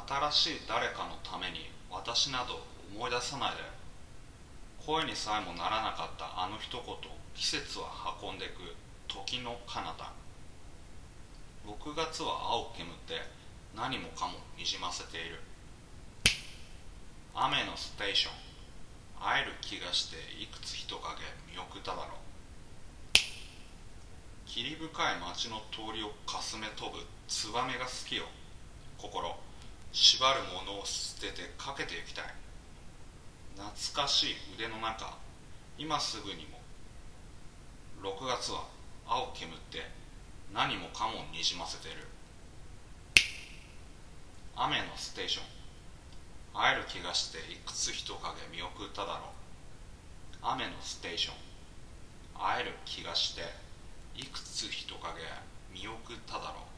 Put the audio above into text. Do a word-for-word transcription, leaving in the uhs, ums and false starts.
新しい誰かのために私など思い出さないで。声にさえもならなかったあの一言、季節は運んでく時の彼方。ろくがつは青く煙って何もかもにじませている。雨のステーション、会える気がしていくつ人影見送っただろう。霧深い街の通りをかすめ飛ぶツバメが好きよ。心縛るものを捨ててかけてゆきたい。懐かしい腕の中、今すぐにも。ろくがつは青く煙って何もかもにじませている。雨のステーション、会える気がしていくつ人影見送っただろう。雨のステーション、会える気がしていくつ人影見送っただろう。